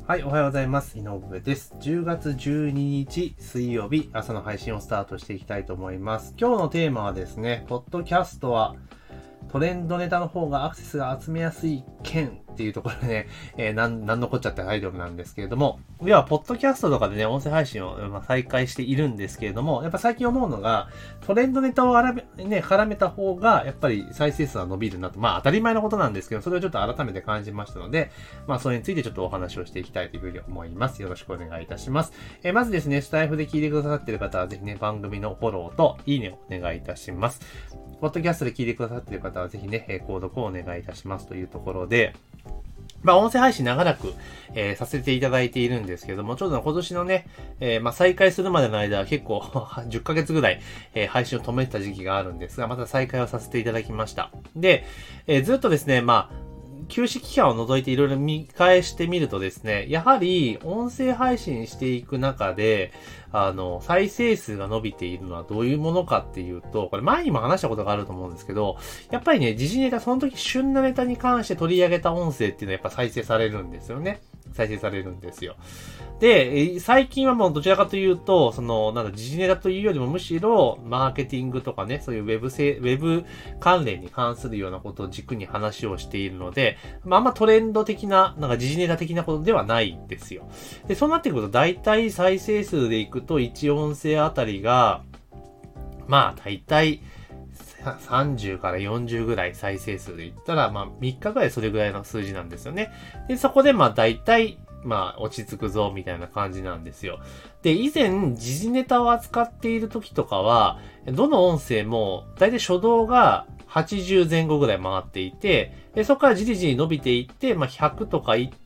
はい、おはようございます。井上です。10月12日水曜日、朝の配信をスタートしていきたいと思います。今日のテーマはですね、ポッドキャストはトレンドネタの方がアクセスが集めやすい件っていうところでね、なんのこっちゃってタイトルなんですけれども、要は、ポッドキャストとかでね、音声配信を再開しているんですけれども、やっぱ最近思うのが、トレンドネタを絡めた方が、やっぱり再生数は伸びるなと。当たり前のことなんですけど、それをちょっと改めて感じましたので、それについてちょっとお話をしていきたいというふうに思います。よろしくお願いいたします。まずですね、スタイフで聞いてくださっている方は、ぜひね、番組のフォローといいねをお願いいたします。ポッドキャストで聞いてくださっている方は、ぜひね、購読をお願いいたしますというところで、音声配信長らく、させていただいているんですけども、ちょっと今年のね、再開するまでの間は結構10ヶ月ぐらい、配信を止めてた時期があるんですが、また再開をさせていただきました。で、ずっとですね、休止期間を除いていろいろ見返してみるとですね、やはり音声配信していく中で、再生数が伸びているのはどういうものかっていうと、これ前にも話したことがあると思うんですけど、やっぱりね、時事ネタ、その時旬なネタに関して取り上げた音声っていうのはやっぱ再生されるんですよね。再生されるんですよ。で、最近はもうどちらかというと、時事ネタというよりもむしろ、マーケティングとかね、そういうウェブ関連に関するようなことを軸に話をしているので、あんまトレンド的な、時事ネタ的なことではないんですよ。で、そうなってくると、大体再生数でいくと、1音声あたりが、大体、30から40ぐらい再生数で言ったら、3日ぐらいそれぐらいの数字なんですよね。で、そこで大体、落ち着くぞ、みたいな感じなんですよ。で、以前、時事ネタを扱っている時とかは、どの音声も、大体初動が80前後ぐらい回っていて、でそこからじりじり伸びていって、100とかいって、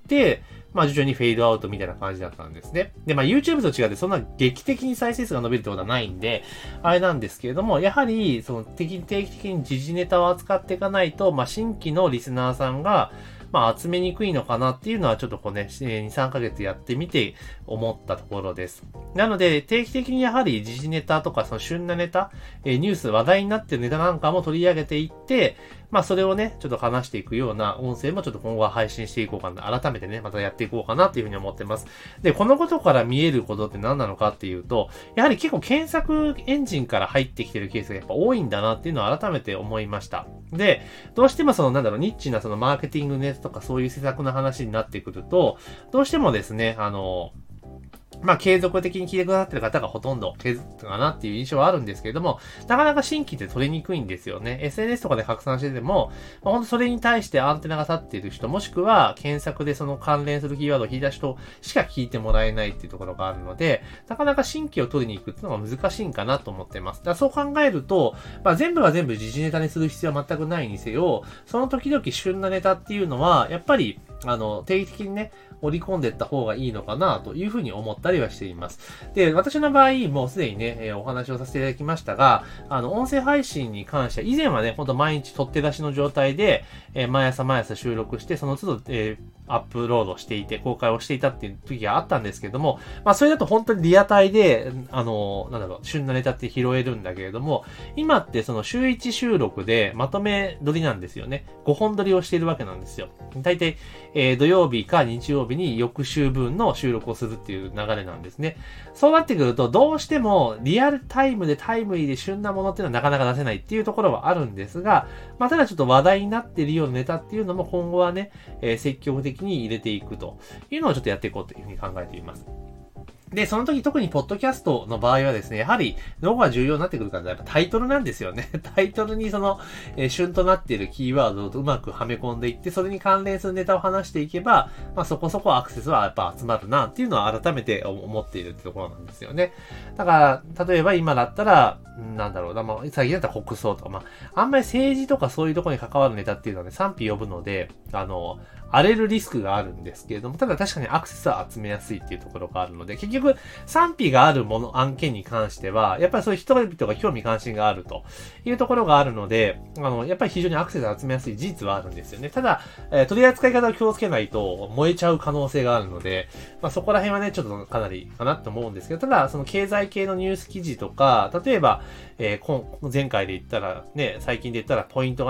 徐々にフェードアウトみたいな感じだったんですね。で、YouTube と違ってそんな劇的に再生数が伸びるってことはないんで、あれなんですけれども、やはり、定期的に時事ネタを扱っていかないと、新規のリスナーさんが、集めにくいのかなっていうのはちょっと2、3ヶ月やってみて思ったところです。なので、定期的にやはり時事ネタとかその旬なネタ、ニュース話題になっているネタなんかも取り上げていって、それをね、ちょっと話していくような音声もちょっと今後は配信していこうかな。改めてね、またやっていこうかなっていうふうに思ってます。で、このことから見えることって何なのかっていうと、やはり結構検索エンジンから入ってきてるケースがやっぱ多いんだなっていうのを改めて思いました。で、どうしてもニッチなマーケティングネタとかそういう施策の話になってくると、どうしてもですね、継続的に聞いてくださってる方がほとんどかなっていう印象はあるんですけれども、なかなか新規って取れにくいんですよね。SNS とかで拡散してても、ほんとそれに対してアンテナが立っている人、もしくは検索でその関連するキーワードを引いた人しか聞いてもらえないっていうところがあるので、なかなか新規を取りに行くっていうのが難しいんかなと思ってます。だからそう考えると、全部が全部時事ネタにする必要は全くないにせよ、その時々旬なネタっていうのは、やっぱり、定期的にね、織り込んでいった方がいいのかなというふうに思ったりはしています。で、私の場合、もうすでにね、お話をさせていただきましたが、音声配信に関しては、以前はね、ほんと毎日取って出しの状態で、毎朝収録して、その都度、アップロードしていて、公開をしていたっていう時があったんですけども、それだと本当にリアタイで、旬なネタって拾えるんだけれども、今ってその週1収録でまとめ撮りなんですよね。5本撮りをしているわけなんですよ。大体、土曜日か日曜日に翌週分の収録をするっていう流れなんですね。そうなってくると、どうしてもリアルタイムでタイムリーで旬なものっていうのはなかなか出せないっていうところはあるんですが、ただちょっと話題になっているようなネタっていうのも今後はね、積極的に入れていくというのをちょっとやっていこうというふうに考えています。で、その時特にポッドキャストの場合はですね、やはりどこが重要になってくるかってやっぱタイトルなんですよね。タイトルに旬となっているキーワードをうまくはめ込んでいって、それに関連するネタを話していけば、そこそこアクセスはやっぱ集まるなっていうのは改めて思っているってところなんですよね。だから、例えば今だったら、最近だったら国葬とか、あんまり政治とかそういうところに関わるネタっていうのはね、賛否呼ぶので、荒れるリスクがあるんですけれども、ただ確かにアクセスは集めやすいっていうところがあるので、結局賛否がある案件に関しては、やっぱりそういう人々が興味関心があるというところがあるので、やっぱり非常にアクセスを集めやすい事実はあるんですよね。ただ、取り扱い方を気をつけないと燃えちゃう可能性があるので、そこら辺はね、ちょっとかなりかなと思うんですけど、ただ、その経済系のニュース記事とか、例えば、前回で言ったらね、最近で言ったらポイントがね、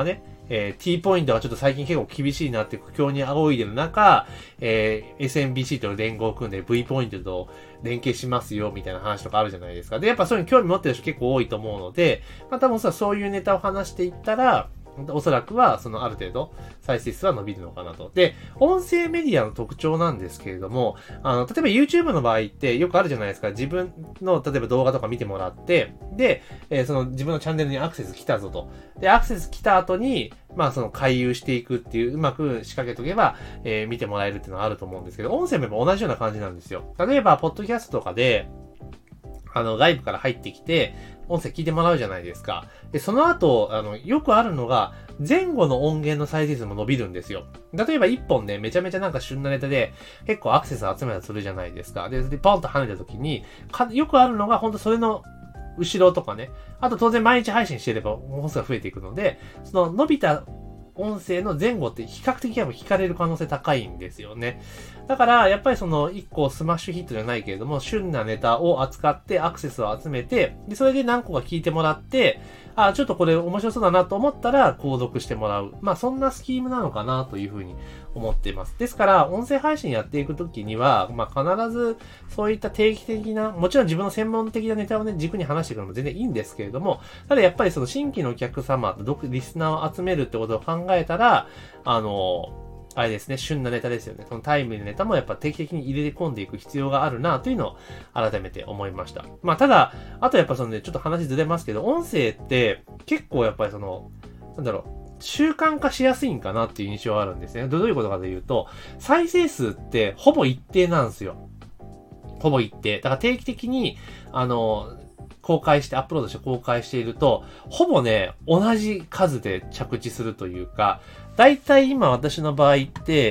T ポイントがちょっと最近結構厳しいなって苦境に仰いでる中、SMBC と連合を組んで V ポイントと連携しますよ、みたいな話とかあるじゃないですか。で、やっぱそういうの興味持ってる人結構多いと思うので、まあ多分そういうネタを話していったら、おそらくは、ある程度、再生数は伸びるのかなと。で、音声メディアの特徴なんですけれども、例えば YouTube の場合ってよくあるじゃないですか。自分の、例えば動画とか見てもらって、で、自分のチャンネルにアクセス来たぞと。で、アクセス来た後に、回遊していくっていう、うまく仕掛けとけば、見てもらえるっていうのはあると思うんですけど、音声もやっぱ同じような感じなんですよ。例えば、ポッドキャストとかで、外部から入ってきて、音声聞いてもらうじゃないですか。で、その後、よくあるのが、前後の音源の再生数も伸びるんですよ。例えば1本でめちゃめちゃなんか旬なネタで、結構アクセス集めたりするじゃないですか。で、ポンと跳ねた時に、よくあるのが、本当それの後ろとかね。あと当然毎日配信してれば本数が増えていくので、その伸びた音声の前後って比較的聞かれる可能性高いんですよね。だから、やっぱり一個スマッシュヒットじゃないけれども、旬なネタを扱ってアクセスを集めて、で、それで何個か聞いてもらって、ちょっとこれ面白そうだなと思ったら、購読してもらう。そんなスキームなのかなというふうに思っています。ですから、音声配信やっていくときには、必ず、そういった定期的な、もちろん自分の専門的なネタをね、軸に話していくのも全然いいんですけれども、ただやっぱり新規のお客様、リスナーを集めるってことを考えたら、あれですね、旬なネタですよね。そのタイムリーなネタもやっぱ定期的に入れ込んでいく必要があるなというのを改めて思いました。ただ、あとやっぱちょっと話ずれますけど、音声って結構やっぱり習慣化しやすいんかなっていう印象があるんですね。どういうことかというと、再生数ってほぼ一定なんですよ。ほぼ一定。だから定期的に、公開して、アップロードして公開していると、ほぼね、同じ数で着地するというか、だいたい今私の場合って、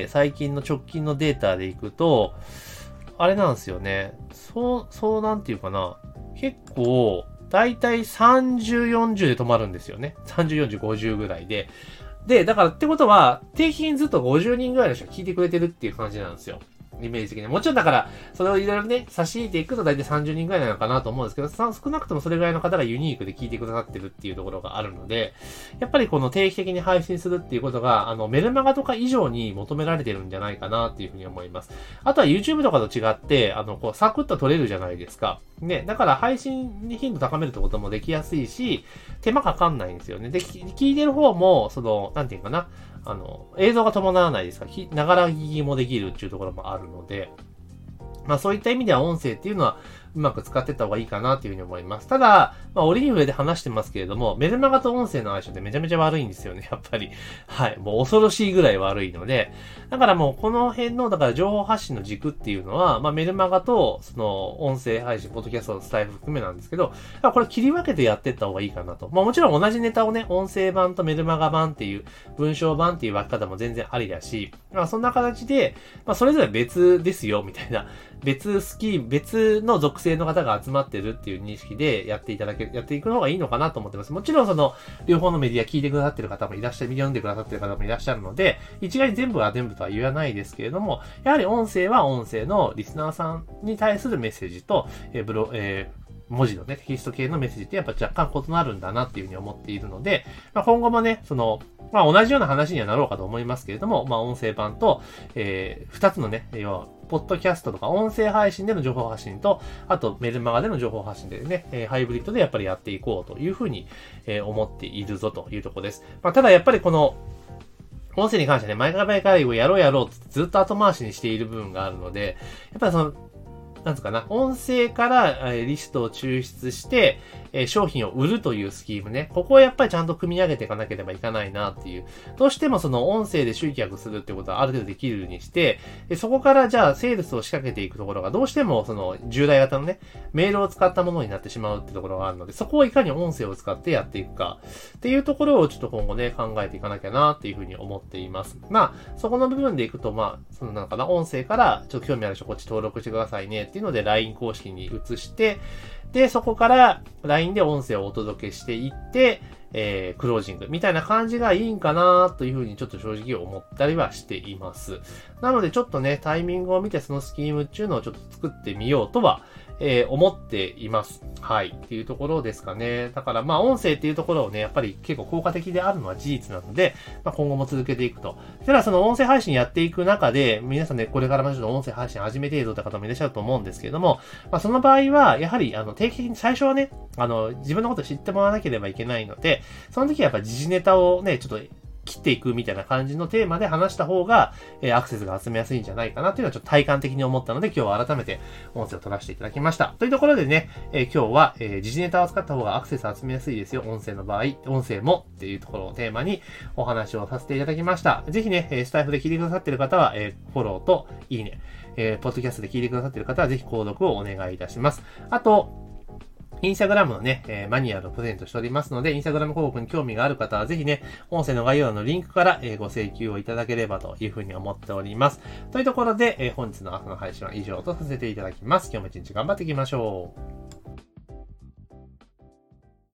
最近の直近のデータでいくと、あれなんですよね。そうなんていうかな。結構、だいたい30、40で止まるんですよね。30、40、50ぐらいで。で、だからってことは、定期的にずっと50人ぐらいの人が聞いてくれてるっていう感じなんですよ。イメージ的に。もちろんだから、それをいろいろね、差し引いていくと大体30人ぐらいなのかなと思うんですけど、少なくともそれぐらいの方がユニークで聞いてくださってるっていうところがあるので、やっぱりこの定期的に配信するっていうことが、メルマガとか以上に求められてるんじゃないかなっていうふうに思います。あとは YouTube とかと違って、サクッと撮れるじゃないですか。ね、だから配信に頻度高めるってこともできやすいし、手間かかんないんですよね。で、聞いてる方も、なんていうかな、映像が伴わないですから、ながら聞きもできるっていうところもあるので、そういった意味では音声っていうのはうまく使っていった方がいいかなというふうに思います。ただ、折に触れで話してますけれども、メルマガと音声の相性ってめちゃめちゃ悪いんですよね、やっぱり。はい。もう恐ろしいぐらい悪いので、だからもうこの辺の、だから情報発信の軸っていうのは、メルマガと、音声配信、ポッドキャストのスタイル含めなんですけど、これ切り分けてやっていった方がいいかなと。もちろん同じネタをね、音声版とメルマガ版っていう、文章版っていう分け方も全然ありだし、そんな形で、それぞれ別ですよ、みたいな。別の属性の方が集まってるっていう認識でやっていくのがいいのかなと思ってます。もちろん両方のメディア聞いてくださってる方もいらっしゃる、読んでくださってる方もいらっしゃるので、一概に全部は全部とは言わないですけれども、やはり音声は音声のリスナーさんに対するメッセージと、文字のね、テキスト系のメッセージってやっぱ若干異なるんだなっていうふうに思っているので、今後もね、同じような話にはなろうかと思いますけれども、音声版と、二つのね、要は、ポッドキャストとか音声配信での情報発信と、あとメルマガでの情報発信でね、ハイブリッドでやっぱりやっていこうというふうに、思っているぞというところです。ただやっぱりこの、音声に関してね、毎回やろうってずっと後回しにしている部分があるので、やっぱりなんつうかな、音声からリストを抽出して、商品を売るというスキームね。ここをやっぱりちゃんと組み上げていかなければいけないなっていう。どうしても音声で集客するってことはある程度できるようにして、そこからじゃあセールスを仕掛けていくところがどうしても従来型のね、メールを使ったものになってしまうってところがあるので、そこをいかに音声を使ってやっていくかっていうところをちょっと今後ね、考えていかなきゃなっていうふうに思っています。そこの部分でいくと、なんかな、音声からちょっと興味ある人こっち登録してくださいねっていうので LINE 公式に移して、で、そこから LINE で音声をお届けしていって、クロージングみたいな感じがいいんかなというふうにちょっと正直思ったりはしています。なのでちょっとね、タイミングを見てそのスキームっていうのをちょっと作ってみようとは、 思っています。はい。っていうところですかね。だからまあ音声っていうところをね、やっぱり結構効果的であるのは事実なので、まあ今後も続けていくと。ただその音声配信やっていく中で、皆さんね、これからもちょっと音声配信始めているぞって方もいらっしゃると思うんですけれども、まあその場合は、やはり定期的に最初はね、自分のことを知ってもらわなければいけないので、その時はやっぱ時事ネタをね、ちょっと切っていくみたいな感じのテーマで話した方が、アクセスが集めやすいんじゃないかなっていうのはちょっと体感的に思ったので、今日は改めて音声を取らせていただきました。というところでね、今日は、時事ネタを使った方がアクセス集めやすいですよ。音声の場合、音声もっていうところをテーマにお話をさせていただきました。ぜひね、スタイフで聞いてくださっている方は、フォローといいね、ポッドキャストで聞いてくださっている方はぜひ購読をお願いいたします。あと、インスタグラムのね、マニュアルをプレゼントしておりますので、インスタグラム広告に興味がある方はぜひね、音声の概要欄のリンクから、ご請求をいただければというふうに思っております。というところで、本日の朝の配信は以上とさせていただきます。今日も一日頑張っていきましょう。